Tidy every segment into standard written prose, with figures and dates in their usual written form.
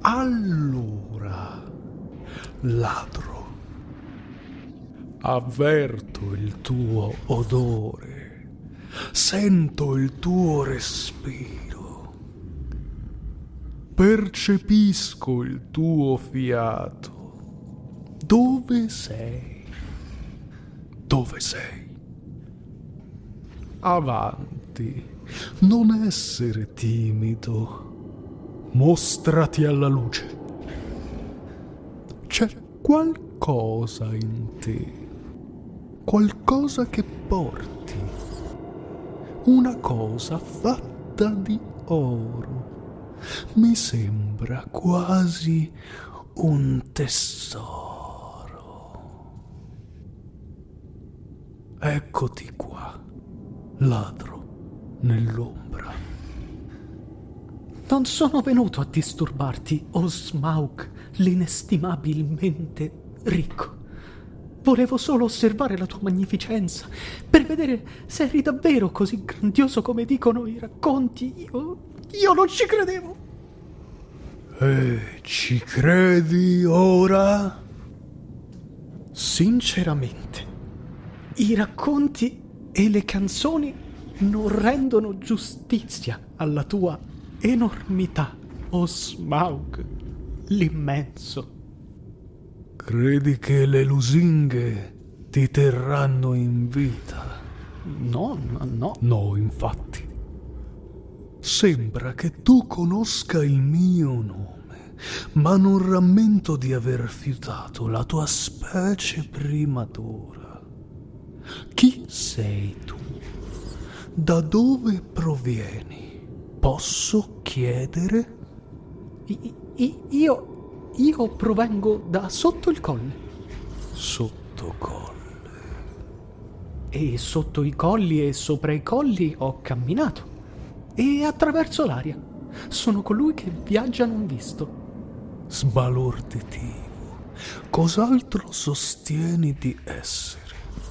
Allora, ladro, avverto il tuo odore, sento il tuo respiro, percepisco il tuo fiato. Dove sei? Dove sei? Avanti, non essere timido. Mostrati alla luce. C'è qualcosa in te, qualcosa che porti, una cosa fatta di oro. Mi sembra quasi un tesoro. Eccoti qua, ladro nell'ombra. Non sono venuto a disturbarti, o Smaug, l'inestimabilmente ricco. Volevo solo osservare la tua magnificenza, per vedere se eri davvero così grandioso come dicono i racconti. Io non ci credevo. E ci credi ora? Sinceramente, i racconti e le canzoni non rendono giustizia alla tua enormità, o Smaug, l'immenso. Credi che le lusinghe ti terranno in vita? No. No, infatti. Sembra che tu conosca il mio nome, ma non rammento di aver fiutato la tua specie prima d'ora. Chi sei tu? Da dove provieni? Posso chiedere? Io provengo da sotto il colle. Sotto colle. E sotto i colli e sopra i colli ho camminato. E attraverso l'aria. Sono colui che viaggia non visto. Sbalorditivo. Cos'altro sostieni di essere?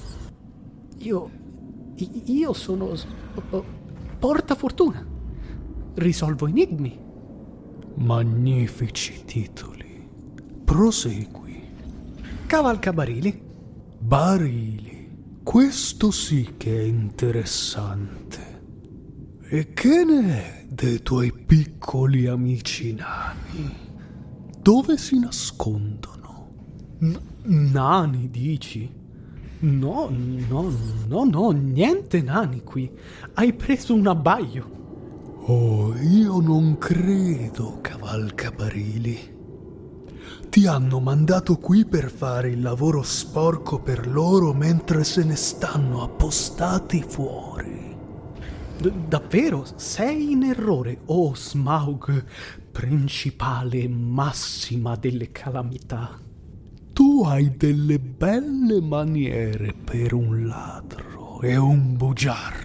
Io sono portafortuna. Risolvo enigmi. Magnifici titoli. Prosegui. Cavalcabarili. Barili. Questo sì che è interessante. E che ne è dei tuoi piccoli amici nani? Dove si nascondono? Nani, dici? No, niente nani qui. Hai preso un abbaio. Oh, io non credo, cavalcabarili. Ti hanno mandato qui per fare il lavoro sporco per loro mentre se ne stanno appostati fuori. Davvero? Sei in errore, o Smaug, principale e massima delle calamità. Tu hai delle belle maniere per un ladro e un bugiardo.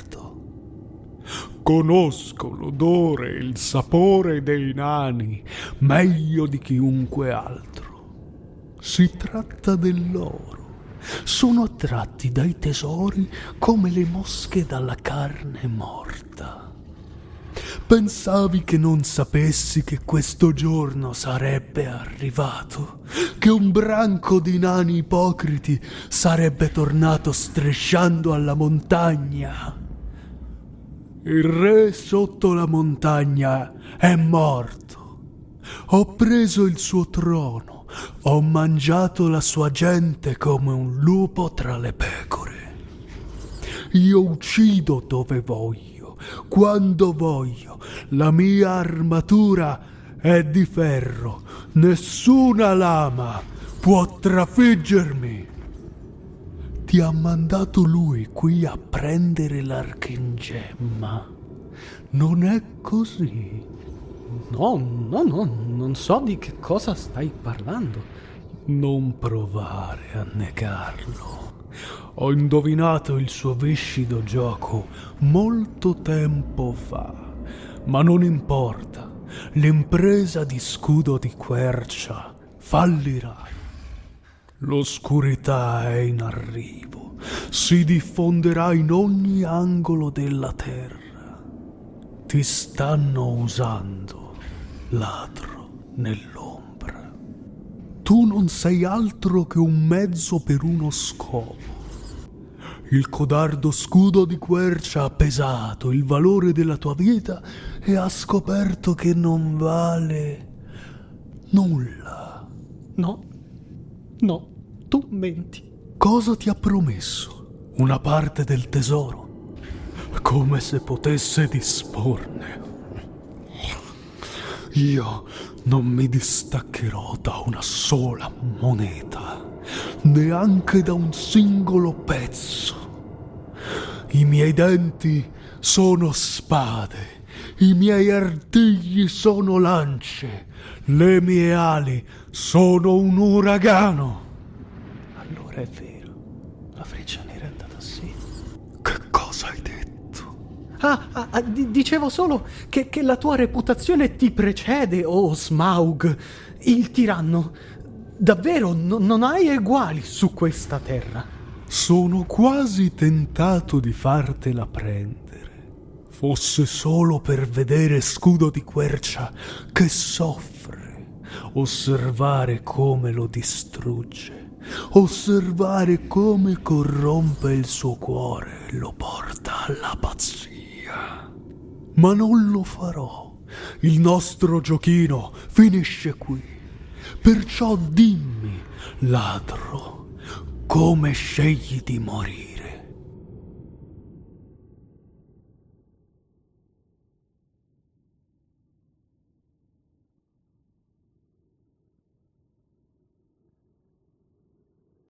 Conosco l'odore e il sapore dei nani meglio di chiunque altro. Si tratta dell'oro. Sono attratti dai tesori come le mosche dalla carne morta. Pensavi che non sapessi che questo giorno sarebbe arrivato? Che un branco di nani ipocriti sarebbe tornato strisciando alla montagna? Il re sotto la montagna è morto. Ho preso il suo trono. Ho mangiato la sua gente come un lupo tra le pecore. Io uccido dove voglio, quando voglio. La mia armatura è di ferro. Nessuna lama può trafiggermi. Ti ha mandato lui qui a prendere l'archingemma. Non è così? No, non so di che cosa stai parlando. Non provare a negarlo. Ho indovinato il suo viscido gioco molto tempo fa, ma non importa. L'impresa di scudo di quercia fallirà. L'oscurità è in arrivo, si diffonderà in ogni angolo della terra. Ti stanno usando, ladro. nell'ombra. Tu non sei altro che un mezzo per uno scopo. Il codardo scudo di Quercia ha pesato il valore della tua vita e ha scoperto che non vale nulla. No, tu menti. Cosa ti ha promesso? Una parte del tesoro? Come se potesse disporne. Io non mi distaccherò da una sola moneta, neanche da un singolo pezzo. I miei denti sono spade, i miei artigli sono lance, le mie ali sono un uragano. Allora è vero, la freccia nera è andata a sé. Che cosa hai detto? Dicevo solo che la tua reputazione ti precede, oh Smaug, il tiranno. Davvero, non hai eguali su questa terra. Sono quasi tentato di fartela prendere. Fosse solo per vedere Scudo di Quercia che soffre, osservare come lo distrugge, osservare come corrompe il suo cuore e lo porta alla pazzia. Ma non lo farò. Il nostro giochino finisce qui. Perciò dimmi, ladro, come scegli di morire?